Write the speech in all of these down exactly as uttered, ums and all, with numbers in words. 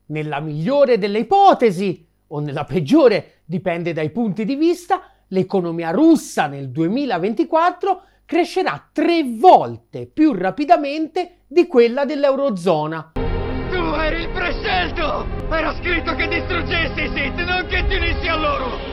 Nella migliore delle ipotesi, o nella peggiore, dipende dai punti di vista, l'economia russa nel duemilaventiquattro crescerà tre volte più rapidamente di quella dell'Eurozona. Tu eri il prescelto! Era scritto che distruggessi i Sith, non che ti unissi a loro!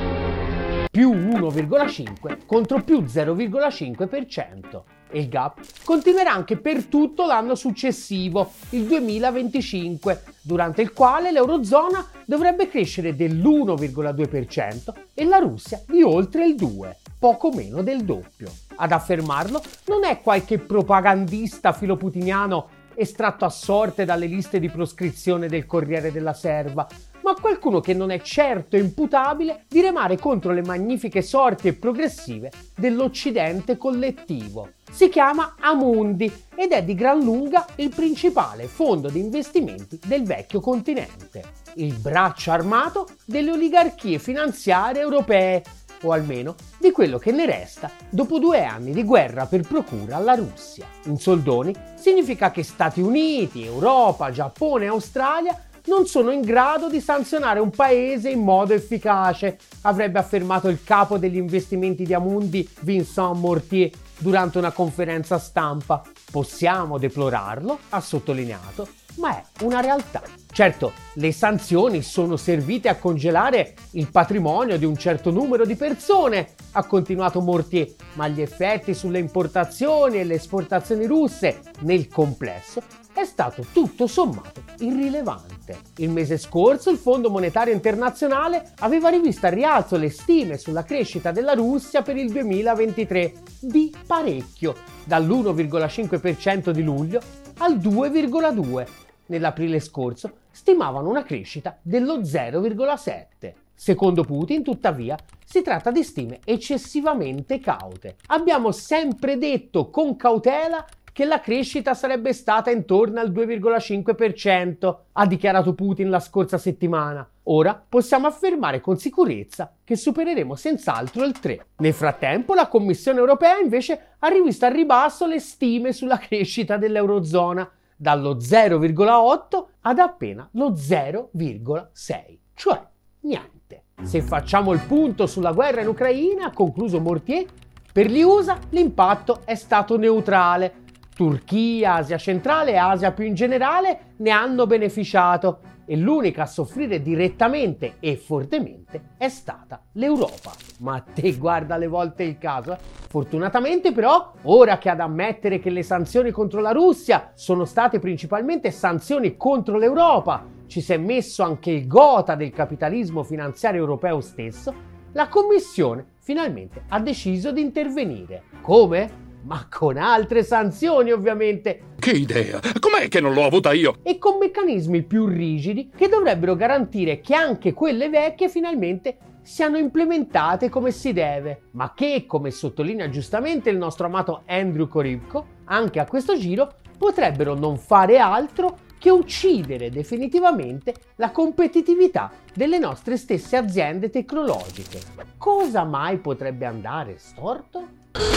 Più uno virgola cinque contro più zero virgola cinque per cento. E il gap continuerà anche per tutto l'anno successivo, il duemilaventicinque, durante il quale l'Eurozona dovrebbe crescere dell'uno virgola due per cento e la Russia di oltre il due per cento, poco meno del doppio. Ad affermarlo non è qualche propagandista filoputiniano estratto a sorte dalle liste di proscrizione del Corriere della Serva, ma qualcuno che non è certo imputabile di remare contro le magnifiche sorti e progressive dell'Occidente collettivo. Si chiama Amundi ed è di gran lunga il principale fondo di investimenti del vecchio continente, il braccio armato delle oligarchie finanziarie europee, o almeno di quello che ne resta dopo due anni di guerra per procura alla Russia. In soldoni significa che Stati Uniti, Europa, Giappone e Australia non sono in grado di sanzionare un paese in modo efficace, avrebbe affermato il capo degli investimenti di Amundi, Vincent Mortier, durante una conferenza stampa. Possiamo deplorarlo, ha sottolineato, ma è una realtà. Certo, le sanzioni sono servite a congelare il patrimonio di un certo numero di persone, ha continuato Mortier, ma gli effetti sulle importazioni e le esportazioni russe nel complesso è stato tutto sommato irrilevante. Il mese scorso il Fondo Monetario Internazionale aveva rivisto al rialzo le stime sulla crescita della Russia per il duemilaventitré di parecchio, dall'uno virgola cinque per cento di luglio al due virgola due per cento. Nell'aprile scorso stimavano una crescita dello zero virgola sette per cento. Secondo Putin, tuttavia, si tratta di stime eccessivamente caute. Abbiamo sempre detto con cautela che la crescita sarebbe stata intorno al due virgola cinque per cento, ha dichiarato Putin la scorsa settimana. Ora possiamo affermare con sicurezza che supereremo senz'altro il tre per cento. Nel frattempo la Commissione europea invece ha rivisto al ribasso le stime sulla crescita dell'Eurozona, dallo zero virgola otto ad appena lo zero virgola sei, cioè niente. Se facciamo il punto sulla guerra in Ucraina, ha concluso Mortier, per gli U S A l'impatto è stato neutrale. Turchia, Asia centrale e Asia più in generale ne hanno beneficiato e l'unica a soffrire direttamente e fortemente è stata l'Europa. Ma te guarda alle volte il caso, eh? Fortunatamente però, ora che ad ammettere che le sanzioni contro la Russia sono state principalmente sanzioni contro l'Europa, ci si è messo anche il gotha del capitalismo finanziario europeo stesso, la Commissione finalmente ha deciso di intervenire. Come? Ma con altre sanzioni, ovviamente. Che idea! Com'è che non l'ho avuta io? E con meccanismi più rigidi che dovrebbero garantire che anche quelle vecchie finalmente siano implementate come si deve, ma che, come sottolinea giustamente il nostro amato Andrew Korybko, anche a questo giro potrebbero non fare altro che uccidere definitivamente la competitività delle nostre stesse aziende tecnologiche. Cosa mai potrebbe andare storto?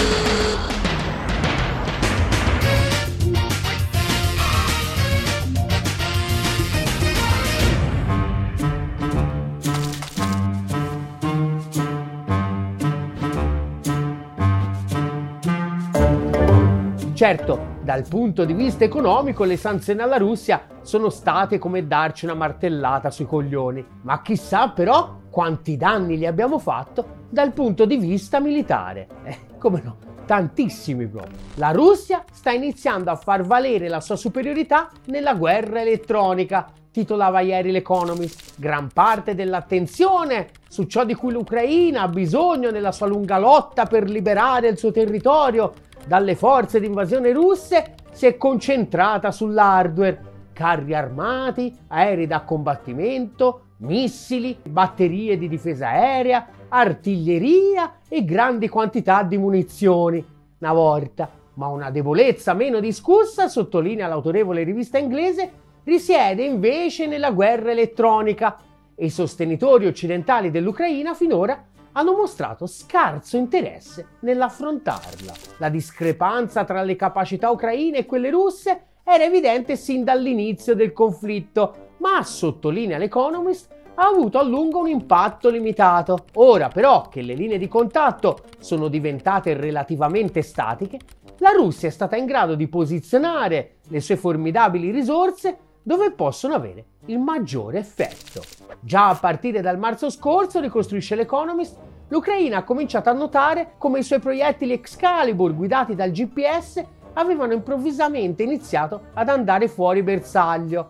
Certo, dal punto di vista economico le sanzioni alla Russia sono state come darci una martellata sui coglioni, ma chissà però quanti danni gli abbiamo fatto dal punto di vista militare. Eh, come no, tantissimi proprio. La Russia sta iniziando a far valere la sua superiorità nella guerra elettronica, titolava ieri l'Economist. Gran parte dell'attenzione su ciò di cui l'Ucraina ha bisogno nella sua lunga lotta per liberare il suo territorio dalle forze di invasione russe si è concentrata sull'hardware, carri armati, aerei da combattimento, missili, batterie di difesa aerea, artiglieria e grandi quantità di munizioni. Una volta, ma una debolezza meno discussa, sottolinea l'autorevole rivista inglese, risiede invece nella guerra elettronica e i sostenitori occidentali dell'Ucraina finora hanno mostrato scarso interesse nell'affrontarla. La discrepanza tra le capacità ucraine e quelle russe era evidente sin dall'inizio del conflitto, ma, sottolinea l'Economist, ha avuto a lungo un impatto limitato. Ora però che le linee di contatto sono diventate relativamente statiche, la Russia è stata in grado di posizionare le sue formidabili risorse dove possono avere il maggiore effetto. Già a partire dal marzo scorso, ricostruisce l'Economist, l'Ucraina ha cominciato a notare come i suoi proiettili Excalibur guidati dal G P S avevano improvvisamente iniziato ad andare fuori bersaglio.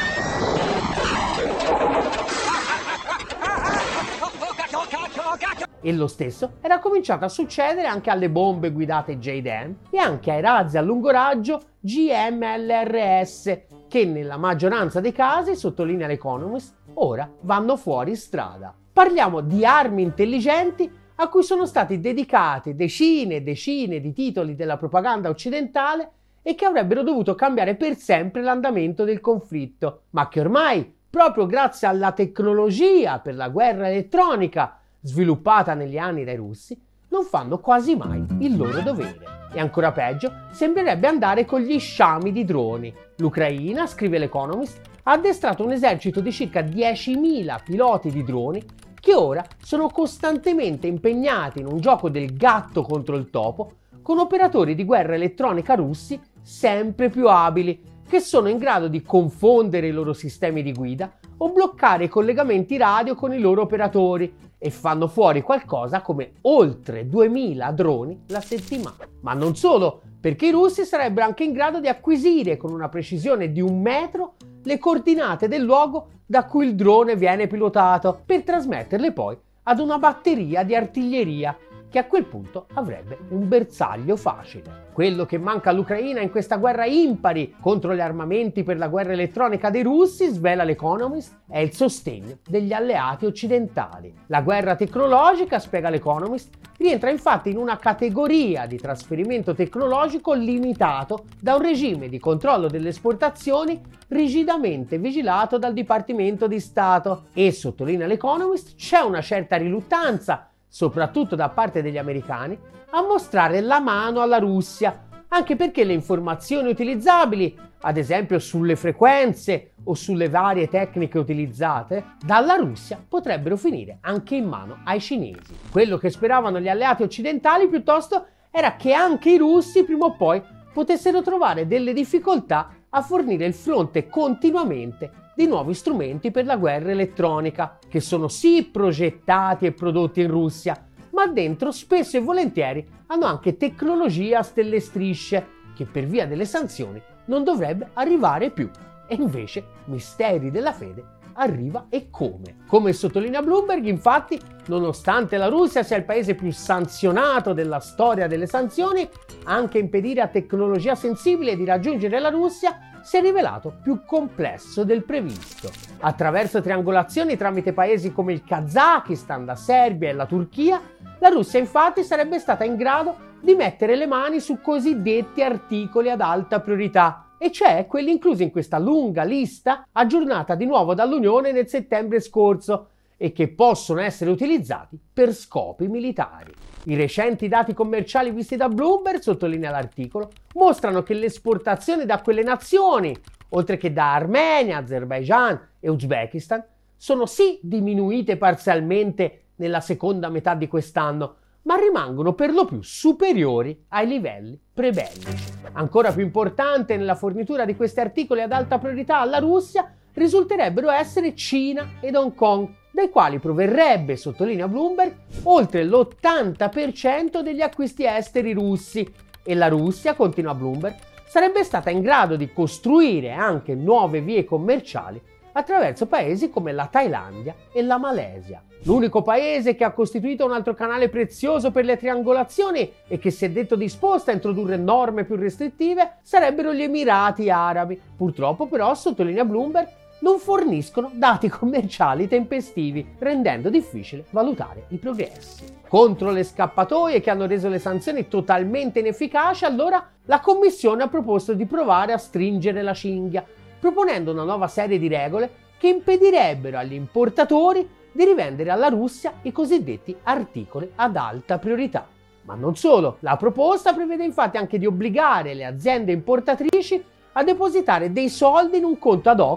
E lo stesso era cominciato a succedere anche alle bombe guidate J D A M e anche ai razzi a lungo raggio G M L R S, che nella maggioranza dei casi, sottolinea l'Economist, ora vanno fuori strada. Parliamo di armi intelligenti a cui sono stati dedicati decine e decine di titoli della propaganda occidentale e che avrebbero dovuto cambiare per sempre l'andamento del conflitto, ma che ormai, proprio grazie alla tecnologia per la guerra elettronica sviluppata negli anni dai russi, non fanno quasi mai il loro dovere. E ancora peggio, sembrerebbe andare con gli sciami di droni. L'Ucraina, scrive l'Economist, ha addestrato un esercito di circa diecimila piloti di droni che ora sono costantemente impegnati in un gioco del gatto contro il topo con operatori di guerra elettronica russi sempre più abili, che sono in grado di confondere i loro sistemi di guida o bloccare i collegamenti radio con i loro operatori, e fanno fuori qualcosa come oltre duemila droni la settimana. Ma non solo, perché i russi sarebbero anche in grado di acquisire con una precisione di un metro le coordinate del luogo da cui il drone viene pilotato, per trasmetterle poi ad una batteria di artiglieria che a quel punto avrebbe un bersaglio facile. Quello che manca all'Ucraina in questa guerra impari contro gli armamenti per la guerra elettronica dei russi, svela l'Economist, è il sostegno degli alleati occidentali. La guerra tecnologica, spiega l'Economist, rientra infatti in una categoria di trasferimento tecnologico limitato da un regime di controllo delle esportazioni rigidamente vigilato dal Dipartimento di Stato e, sottolinea l'Economist, c'è una certa riluttanza, soprattutto da parte degli americani, a mostrare la mano alla Russia, anche perché le informazioni utilizzabili, ad esempio sulle frequenze o sulle varie tecniche utilizzate, dalla Russia potrebbero finire anche in mano ai cinesi. Quello che speravano gli alleati occidentali piuttosto era che anche i russi prima o poi potessero trovare delle difficoltà a fornire il fronte continuamente di nuovi strumenti per la guerra elettronica, che sono sì progettati e prodotti in Russia, ma dentro spesso e volentieri hanno anche tecnologia a stelle strisce, che per via delle sanzioni non dovrebbe arrivare più. E invece, misteri della fede, arriva e come. Come sottolinea Bloomberg, infatti, nonostante la Russia sia il paese più sanzionato della storia delle sanzioni, anche impedire a tecnologia sensibile di raggiungere la Russia si è rivelato più complesso del previsto. Attraverso triangolazioni tramite paesi come il Kazakistan, la Serbia e la Turchia, la Russia infatti sarebbe stata in grado di mettere le mani su cosiddetti articoli ad alta priorità, e cioè quelli inclusi in questa lunga lista aggiornata di nuovo dall'Unione nel settembre scorso e che possono essere utilizzati per scopi militari. I recenti dati commerciali visti da Bloomberg, sottolinea l'articolo, mostrano che le esportazioni da quelle nazioni, oltre che da Armenia, Azerbaijan e Uzbekistan, sono sì diminuite parzialmente nella seconda metà di quest'anno, ma rimangono per lo più superiori ai livelli prebellici. Ancora più importante nella fornitura di questi articoli ad alta priorità alla Russia risulterebbero essere Cina ed Hong Kong, dai quali proverrebbe, sottolinea Bloomberg, oltre l'ottanta per cento degli acquisti esteri russi, e la Russia, continua Bloomberg, sarebbe stata in grado di costruire anche nuove vie commerciali attraverso paesi come la Thailandia e la Malesia. L'unico paese che ha costituito un altro canale prezioso per le triangolazioni e che si è detto disposto a introdurre norme più restrittive sarebbero gli Emirati Arabi. Purtroppo però, sottolinea Bloomberg, non forniscono dati commerciali tempestivi, rendendo difficile valutare i progressi. Contro le scappatoie che hanno reso le sanzioni totalmente inefficaci, allora la Commissione ha proposto di provare a stringere la cinghia, proponendo una nuova serie di regole che impedirebbero agli importatori di rivendere alla Russia i cosiddetti articoli ad alta priorità. Ma non solo, la proposta prevede infatti anche di obbligare le aziende importatrici a depositare dei soldi in un conto ad hoc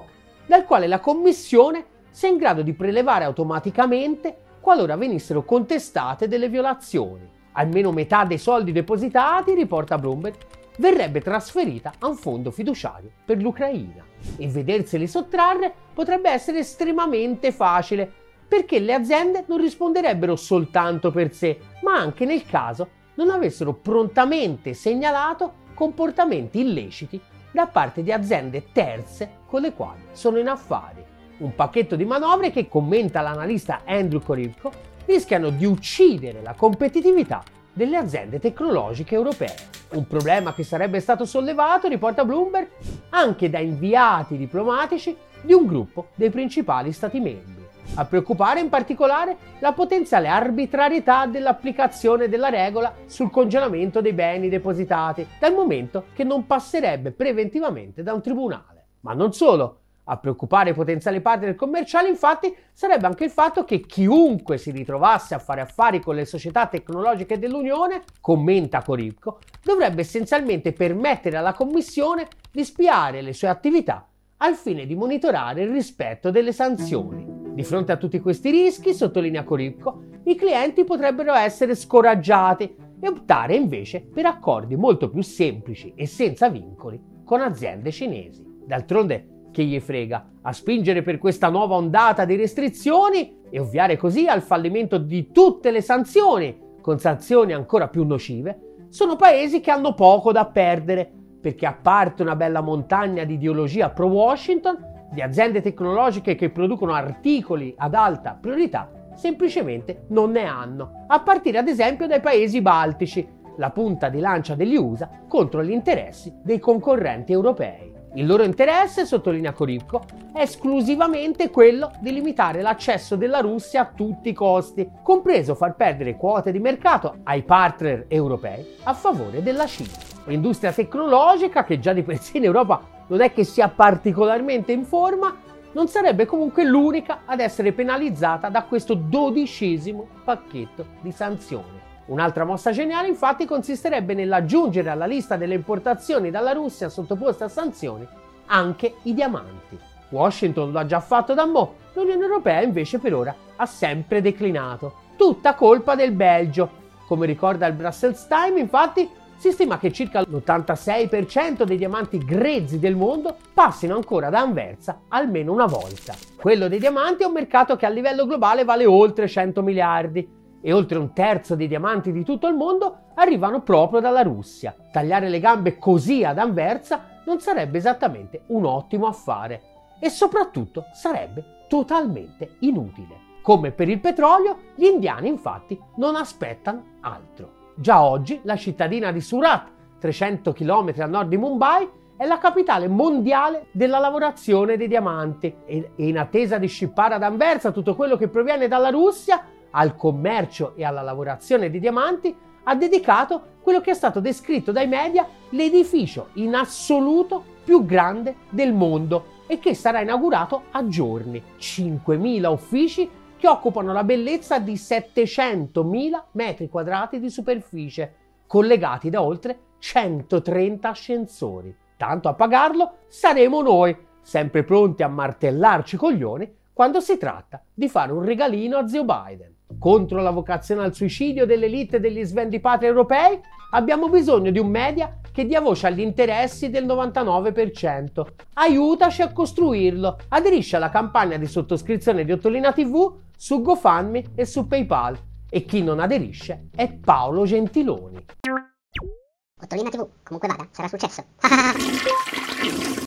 dal quale la commissione sia in grado di prelevare automaticamente qualora venissero contestate delle violazioni. Almeno metà dei soldi depositati, riporta Bloomberg, verrebbe trasferita a un fondo fiduciario per l'Ucraina. E vederseli sottrarre potrebbe essere estremamente facile, perché le aziende non risponderebbero soltanto per sé, ma anche nel caso non avessero prontamente segnalato comportamenti illeciti da parte di aziende terze con le quali sono in affari. Un pacchetto di manovre che, commenta l'analista Andrew Korybko, rischiano di uccidere la competitività delle aziende tecnologiche europee. Un problema che sarebbe stato sollevato, riporta Bloomberg, anche da inviati diplomatici di un gruppo dei principali stati membri. A preoccupare in particolare la potenziale arbitrarietà dell'applicazione della regola sul congelamento dei beni depositati, dal momento che non passerebbe preventivamente da un tribunale. Ma non solo. A preoccupare i potenziali partner commerciali, infatti, sarebbe anche il fatto che chiunque si ritrovasse a fare affari con le società tecnologiche dell'Unione, commenta Korybko, dovrebbe essenzialmente permettere alla Commissione di spiare le sue attività al fine di monitorare il rispetto delle sanzioni. Di fronte a tutti questi rischi, sottolinea Korybko, i clienti potrebbero essere scoraggiati e optare invece per accordi molto più semplici e senza vincoli con aziende cinesi. D'altronde, che gli frega, a spingere per questa nuova ondata di restrizioni e ovviare così al fallimento di tutte le sanzioni, con sanzioni ancora più nocive, sono paesi che hanno poco da perdere, perché a parte una bella montagna di ideologia pro-Washington, di aziende tecnologiche che producono articoli ad alta priorità, semplicemente non ne hanno, a partire ad esempio dai paesi baltici, la punta di lancia degli U S A contro gli interessi dei concorrenti europei. Il loro interesse, sottolinea Korybko, è esclusivamente quello di limitare l'accesso della Russia a tutti i costi, compreso far perdere quote di mercato ai partner europei a favore della Cina. L'industria tecnologica, che già di per sé in Europa non è che sia particolarmente in forma, non sarebbe comunque l'unica ad essere penalizzata da questo dodicesimo pacchetto di sanzioni. Un'altra mossa geniale, infatti, consisterebbe nell'aggiungere alla lista delle importazioni dalla Russia sottoposte a sanzioni anche i diamanti. Washington lo ha già fatto da mo', l'Unione Europea invece per ora ha sempre declinato. Tutta colpa del Belgio. Come ricorda il Brussels Times, infatti, si stima che circa l'ottantasei per cento dei diamanti grezzi del mondo passino ancora da Anversa almeno una volta. Quello dei diamanti è un mercato che a livello globale vale oltre cento miliardi. E oltre un terzo dei diamanti di tutto il mondo arrivano proprio dalla Russia. Tagliare le gambe così ad Anversa non sarebbe esattamente un ottimo affare e soprattutto sarebbe totalmente inutile. Come per il petrolio, gli indiani infatti non aspettano altro. Già oggi la cittadina di Surat, trecento chilometri a nord di Mumbai, è la capitale mondiale della lavorazione dei diamanti e in attesa di scippare ad Anversa tutto quello che proviene dalla Russia, al commercio e alla lavorazione di diamanti, ha dedicato quello che è stato descritto dai media l'edificio in assoluto più grande del mondo e che sarà inaugurato a giorni. cinquemila uffici che occupano la bellezza di settecentomila metri quadrati di superficie, collegati da oltre centotrenta ascensori. Tanto a pagarlo saremo noi, sempre pronti a martellarci i coglioni quando si tratta di fare un regalino a zio Biden. Contro la vocazione al suicidio dell'elite degli svendipatri europei abbiamo bisogno di un media che dia voce agli interessi del novantanove per cento. Aiutaci a costruirlo. Aderisci alla campagna di sottoscrizione di Ottolina tivù su GoFundMe e su PayPal. E chi non aderisce è Paolo Gentiloni. Ottolina tivù, comunque vada, sarà successo.